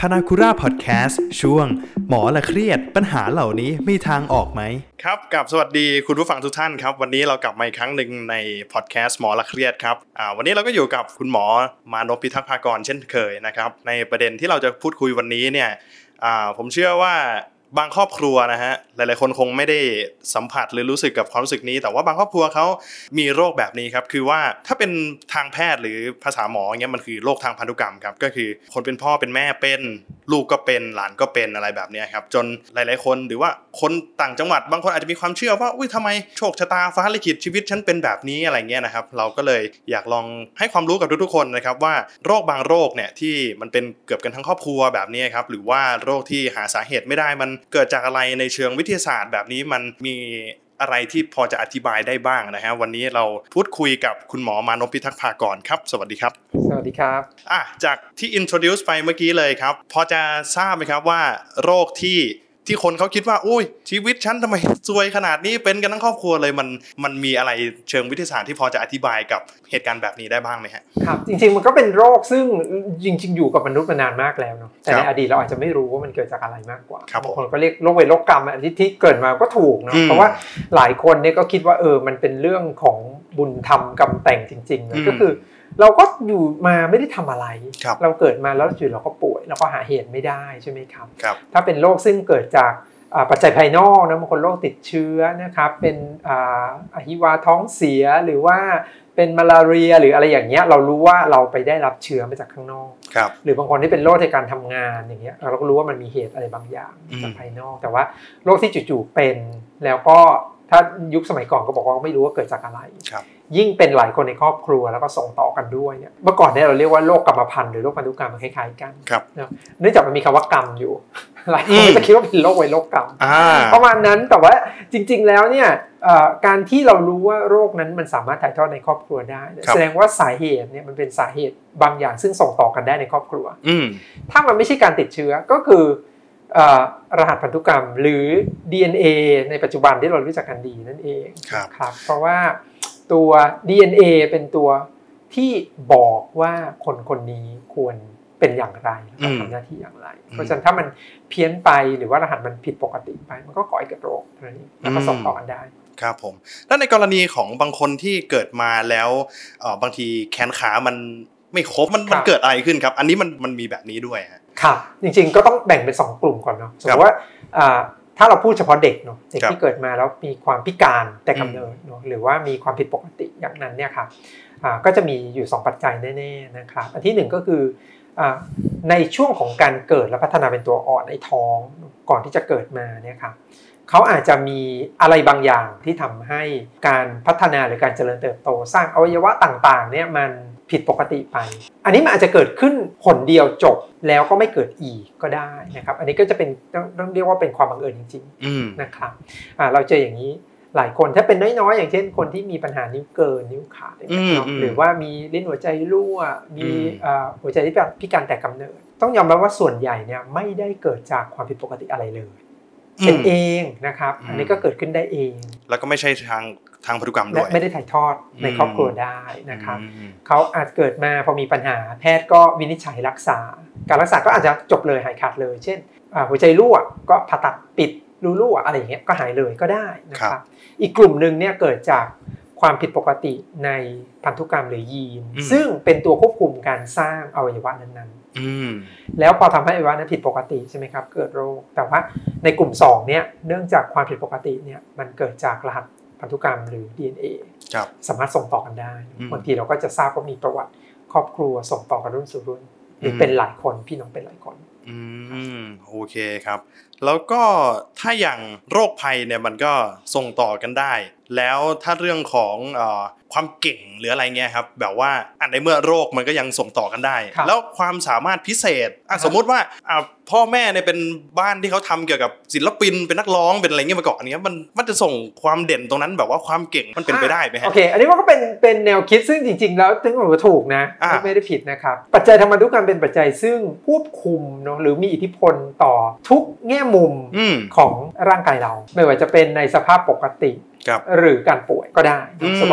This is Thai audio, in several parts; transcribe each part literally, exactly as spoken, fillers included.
พานาคุระพอดแคสต์ช่วงหมอละเครียดปัญหาเหล่านี้มีทางออกไหมครับกับสวัสดีคุณผู้ฟังทุกท่านครับวันนี้เรากลับมาอีกครั้งหนึ่งในพอดแคสต์หมอละเครียดครับอ่าวันนี้เราก็อยู่กับคุณหมอมานพพิทักษ์ภากรเช่นเคยนะครับในประเด็นที่เราจะพูดคุยวันนี้เนี่ยอ่าผมเชื่อว่าบางครอบครัวนะฮะหลายๆคนคงไม่ได้สัมผัสหรือรู้สึกกับความรู้สึกนี้แต่ว่าบางครอบครัวเขามีโรคแบบนี้ครับคือว่าถ้าเป็นทางแพทย์หรือภาษาหมออย่างเงี้ยมันคือโรคทางพันธุกรรมครับก็คือคนเป็นพ่อเป็นแม่เป็นลูกก็เป็นหลานก็เป็นอะไรแบบนี้ครับจนหลายๆคนหรือว่าคนต่างจังหวัดบางคนอาจจะมีความเชื่อว่าอุ้ยทำไมโชคชะตาฟ้าลิขิตชีวิตฉันเป็นแบบนี้อะไรเงี้ยนะครับเราก็เลยอยากลองให้ความรู้กับทุกๆคนนะครับว่าโรคบางโรคเนี่ยที่มันเป็นเกือบกันทั้งครอบครัวแบบนี้ครับหรือว่าโรคที่หาสาเหตุไม่ได้มันเกิดจากอะไรในเชิงวิทยาศาสตร์แบบนี้มันมีอะไรที่พอจะอธิบายได้บ้างนะฮะวันนี้เราพูดคุยกับคุณหมอมานพพิทักษ์ภากรครับสวัสดีครับสวัสดีครับอ่ะจากที่ introduce ไปเมื่อกี้เลยครับพอจะทราบไหมครับว่าโรคที่ที่คนเขาคิดว่าอุ้ยชีวิตฉันทำไมซวยขนาดนี้เป็นกันทั้งครอบครัวเลยมันมันมีอะไรเชิงวิทยาศาสตร์ที่พอจะอธิบายกับเหตุการณ์แบบนี้ได้บ้างไหมฮะครับจริงๆมันก็เป็นโรคซึ่งจริงๆอยู่กับมนุษย์มานานมากแล้วเนาะแต่ในอดีตเราอาจจะไม่รู้ว่ามันเกิดจากอะไรมากกว่าบางคนก็เรียกโรคเวรโรคกรรมอันที่ที่เกิดมาก็ถูกเนาะเพราะว่าหลายคนเนี่ยก็คิดว่าเออมันเป็นเรื่องของบุญธรรมกรรมแต่งจริงๆก็คือเราก็อยู่มาไม่ได้ทำอะไรเราเกิดมาแล้วอยู่เราก็ป่วยเราก็หาเหตุไม่ได้ใช่ไหมครับถ้าเป็นโรคซึ่งเกิดจากปัจจัยภายนอกนะบางคนโรคติดเชื้อนะครับเป็นอหิวาท้องเสียหรือว่าเป็นมาลาเรียหรืออะไรอย่างเงี้ยเรารู้ว่าเราไปได้รับเชื้อมาจากข้างนอกหรือบางคนที่เป็นโรคในการทำงานอย่างเงี้ยเราก็รู้ว่ามันมีเหตุอะไรบางอย่างจากภายนอกแต่ว่าโรคที่จู่ๆเป็นแล้วก็ถ้ายุคสมัยก่อนก็บอกว่าไม่รู้ว่าเกิดจากอะไรยิ่งเป็นหลายคนในครอบครัวแล้วก็ส่งต่อกันด้วยเนี่ยเมื่อก่อนเนี่ยเราเรียกว่าโรคกรรมพันธุ์หรือโรคพันธุกรรมมันคล้ายๆกันเนื่องจากมันมีคำว่ากรรมอยู่หลายคนก็จะคิดว่าเป็นโรคไวรัสกรรมประมาณนั้นแต่ว่าจริงๆแล้วเนี่ยการที่เรารู้ว่าโรคนั้นมันสามารถถ่ายทอดในครอบครัวได้แสดงว่าสาเหตุเนี่ยมันเป็นสาเหตุบางอย่างซึ่งส่งต่อกันได้ในครอบครัวถ้ามันไม่ใช่การติดเชื้อก็คือรหัสพันธุกรรมหรือ ดี เอ็น เอ ในปัจจุบันที่เรารู้จักกันดีนั่นเองครับเพราะว่าตัว ดี เอ็น เอ เป็นตัวที่บอกว่าคนคนนี้ควรเป็นอย่างไรและทำหน้าที่อย่างไรเพราะฉะนั้นถ้ามันเพี้ยนไปหรือว่ารหัสมันผิดปกติไปมันก็ก่อให้เกิดโรคนี้แล้วก็ส่งต่อกันได้ครับผมแล้วในกรณีของบางคนที่เกิดมาแล้วเอ่อบางทีแขนขามันไม่ครบมันมันเกิดอะไรขึ้นครับอันนี้มันมันมีแบบนี้ด้วยฮะครับจริงๆก็ต้องแบ่งเป็นสองกลุ่มก่อนเนาะสมมติว่าอ่าถ้าเราพูดเฉพาะเด็กเนาะเด็กที่เกิดมาแล้วมีความพิการแต่กำเนิดเนาะหรือว่ามีความผิดปกติอย่างนั้นเนี่ยครับอ่าก็จะมีอยู่สองปัจจัยแน่ๆนะครับอันที่หนึ่งก็คือในช่วงของการเกิดและพัฒนาเป็นตัวอ่อนในท้องก่อนที่จะเกิดมาเนี่ยครับเขาอาจจะมีอะไรบางอย่างที่ทำให้การพัฒนาหรือการเจริญเติบโตสร้างอวัยวะต่างๆเนี่ยมันผิดปกติไปอันนี้มันอาจจะเกิดขึ้นผลเดียวจบแล้วก็ไม่เกิดอีกก็ได้นะครับอันนี้ก็จะเป็นต้องเรียกว่าเป็นความบังเอิญจริงๆนะครับเราเจออย่างนี้หลายคนถ้าเป็นน้อยๆอย่างเช่นคนที่มีปัญหานิ้วเกินนิ้วขาดหรือว่ามีลิ้นหัวใจรั่วมีหัวใจที่พิการแต่กำเนิดต้องยอมรับว่าส่วนใหญ่เนี่ยไม่ได้เกิดจากความผิดปกติอะไรเลยเป็นเองนะครับอันนี้ก็เกิดขึ้นได้เองแล้วก็ไม่ใช่ทางทางพันธุกรรมด้วยไม่ได้ถ่ายทอดในครอบครัวได้นะครับเขาอาจเกิดมาพอมีปัญหาแพทย์ก็วินิจฉัยรักษาการรักษาก็อาจจะจบเลยหายขาดเลยเช่นหัวใจรั่วก็ผ่าตัดปิดรูรั่วอะไรอย่างเงี้ยก็หายเลยก็ได้นะครับอีกกลุ่มนึงเนี่ยเกิดจากความผิดปกติในพันธุกรรมหรือยีนซึ่งเป็นตัวควบคุมการสร้างอวัยวะนั้นๆแล้วพอทำให้อวัยวะนั้นผิดปกติใช่ไหมครับเกิดโรคแต่ว่าในกลุ่มสองเนี่ยเนื่องจากความผิดปกติเนี่ยมันเกิดจากรหัสพันธุกรรมหรือ ดี เอ็น เอ สามารถส่งต่อกันได้บางทีเราก็จะทราบว่ามีประวัติครอบครัวส่งต่อกันรุ่นสู่รุ่นหรือเป็นหลายคนพี่น้องเป็นหลายคนอืมโอเคครับแล้วก็ถ้าอย่างโรคภัยเนี่ยมันก็ส่งต่อกันได้แล้วถ้าเรื่องของเอ่อความเก่งหรืออะไรเงี้ยครับแบบว่าอันในเมื่อโรคมันก็ยังส่งต่อกันได้แล้วความสามารถพิเศษอ่ะสมมุติว่าอ่ะพ่อแม่เนี่ยเป็นบ้านที่เขาทำเกี่ยวกับศิลปินเป็นนักร้องเป็นอะไรเงี้ยมาก่อนเนี้ยมันมันจะส่งความเด่นตรงนั้นแบบว่าความเก่งมันเป็นไปได้ไหมฮะโอเคอันนี้มันก็เป็นเป็นแนวคิดซึ่งจริงๆแล้วถึงว่าถูกนะไม่ได้ผิดนะครับปัจจัยทางพันธุกรรมเป็นปัจจัยซึ่งควบคุมเนาะหรือมีอิทธิพลต่อทุกแง่มุมของร่างกายเราไม่ว่าจะเป็นในสภาพปกติหรือการป่วยก็ได้สุขภาพทุกอย่าง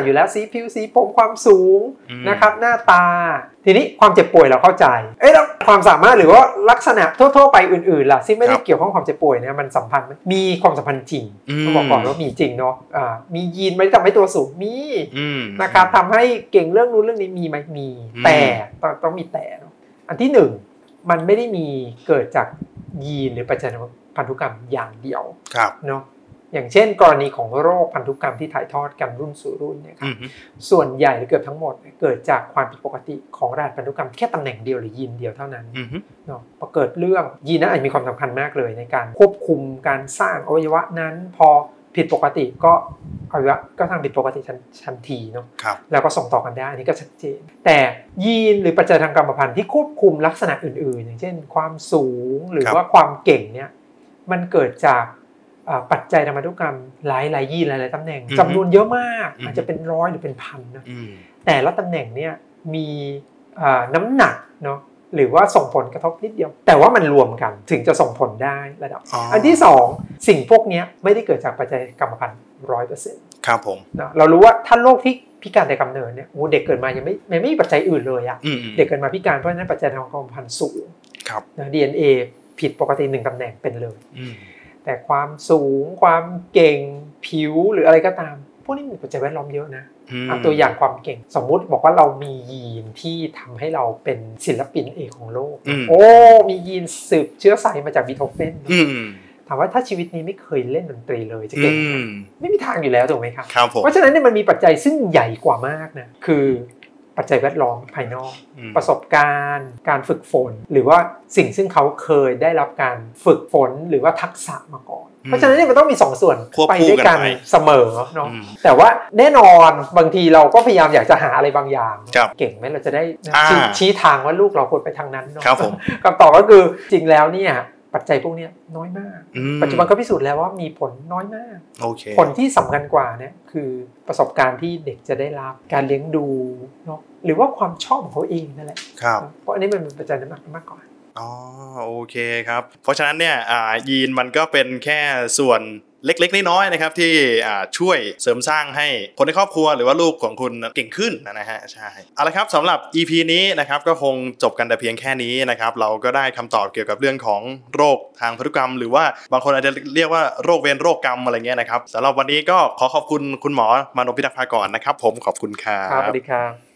อยู่แล้วสีผิวสีผมความสูงนะครับหน้าตาทีนี้ความเจ็บป่วยเราเข้าใจเอ๊ะแล้วความสามารถหรือว่าลักษณะทั่วๆไปอื่นๆล่ะที่ไม่ได้เกี่ยวข้องความเจ็บป่วยเนี่ยมันสัมพันธ์มีความสัมพันธ์จริงต้องบอกก่อนว่ามีจริงเนาะอ่ามียีนไม่ได้ทำให้ตัวสูงมีนะครับทำให้เก่งเรื่องนู้นเรื่องนี้มีไหมมีแต่ต้องต้องมีแต่เนาะอันที่หนึ่งมันไม่ได้มีเกิดจากยีนหรือปัจจัยพันธุกรรมอย่างเดียวเนาะอย่างเช่นกรณีของโรคพันธุกรรมที่ถ่ายทอดกันรุ่นสู่รุ่นเนี่ยครับส่วนใหญ่หรือเกือบทั้งหมดเกิดจากความผิดปกติของรหัสพันธุกรรมแค่ตำแหน่งเดียวหรือยีนเดียวเท่านั้นเนาะพอเกิดเรื่องยีนนั้นอาจมีความสำคัญมากเลยในการควบคุมการสร้างอวัยวะนั้นพอผิดปกติก็อวัยวะก็ทำผิดปกติทันทีเนาะแล้วก็ส่งต่อกันได้อันนี้ก็ชัดเจนแต่ยีนหรือปัจจัยทางกรรมพันธุ์ที่ควบคุมลักษณะอื่นๆอย่างเช่นความสูงหรือว่าความเก่งเนี่ยมันเกิดจากปัจจัยทางพันธุกรรมหลายหลายยีนหลายๆตำแหน่งจำนวนเยอะมากอาจจะเป็นร้อยหรือเป็นพันนะแต่ละตำแหน่งเนี่ยมีน้ำหนักเนาะหรือว่าส่งผลกระทบนิดเดียวแต่ว่ามันรวมกันถึงจะส่งผลได้ระดับอันที่สองสิ่งพวกนี้ไม่ได้เกิดจากปัจจัยกรรมพันธุ์ร้อยเปอร์เซ็นต์ครับผมนะเรารู้ว่าถ้าโรคที่พิการแต่กำเนิดเนี่ยโอ้เด็กเกิดมายังไม่ไม่มีปัจจัยอื่นเลยอะเด็กเกิดมาพิการเพราะฉะนั้นปัจจัยทางกรรมพันธุ์สูงนะ ดี เอ็น เอ ผิดปกติหนึ่งตำแหน่งเป็นเลยแต่ความสูงความเก่งผิวหรืออะไรก็ตามพวกนี้มีปัจจัยแวดล้อมเยอะนะเอาตัวอย่างความเก่งสมมุติบอกว่าเรามียีนที่ทำให้เราเป็นศิลปินเอกของโลกโอ้มียีนสืบเชื้อสายมาจากบีโธเฟนถามว่าถ้าชีวิตนี้ไม่เคยเล่นดนตรีเลยจะเก่งไม่มีทางอยู่แล้วถูกไหมครับเพราะฉะนั้นเนี่ยมันมีปัจจัยซึ่งใหญ่กว่ามากนะคือปัจจัยแวดล้อมภายนอกประสบการณ์การฝึกฝนหรือว่าสิ่งซึ่งเขาเคยได้รับการฝึกฝนหรือว่าทักษะมาก่อนเพราะฉะนั้นเนี่ยมันต้องมีสองส่วนไปด้วยกันเสมอเนาะแต่ว่าแน่นอนบางทีเราก็พยายามอยากจะหาอะไรบางอย่างเก่งไหมเราจะได้ชี้ทางว่าลูกเราควรไปทางนั้นเนาะคำตอบก็คือจริงแล้วเนี่ยปัจจัยพวกนี้น้อยมากปัจจุบันก็พิสูจน์แล้วว่ามีผลน้อยมาก okay. ผลที่สำคัญกว่าเนี่ยคือประสบการณ์ที่เด็กจะได้รับการเลี้ยงดูเนาะหรือว่าความชอบของเขาเองนั่นแหละเพราะอันนี้มันเป็นปัจจัยน้ำหนักมากกว่าอ๋อโอเคครับเพราะฉะนั้นเนี่ยยีนมันก็เป็นแค่ส่วนเล็กๆน้อยๆนะครับที่ช่วยเสริมสร้างให้คนในครอบครัวหรือว่าลูกของคุณเก่งขึ้นนะฮะใช่เอาละครับสำหรับ อี พี นี้นะครับก็คงจบกันแต่เพียงแค่นี้นะครับเราก็ได้คำตอบเกี่ยวกับเรื่องของโรคทางพันธุกรรมหรือว่าบางคนอาจจะเรียกว่าโรคเวรโรคกรรมอะไรเงี้ยนะครับสำหรับวันนี้ก็ขอขอบคุณคุณหมอมานพพิทักษ์ภากรนะครับผมขอบคุณครับครับสวัสดีครับ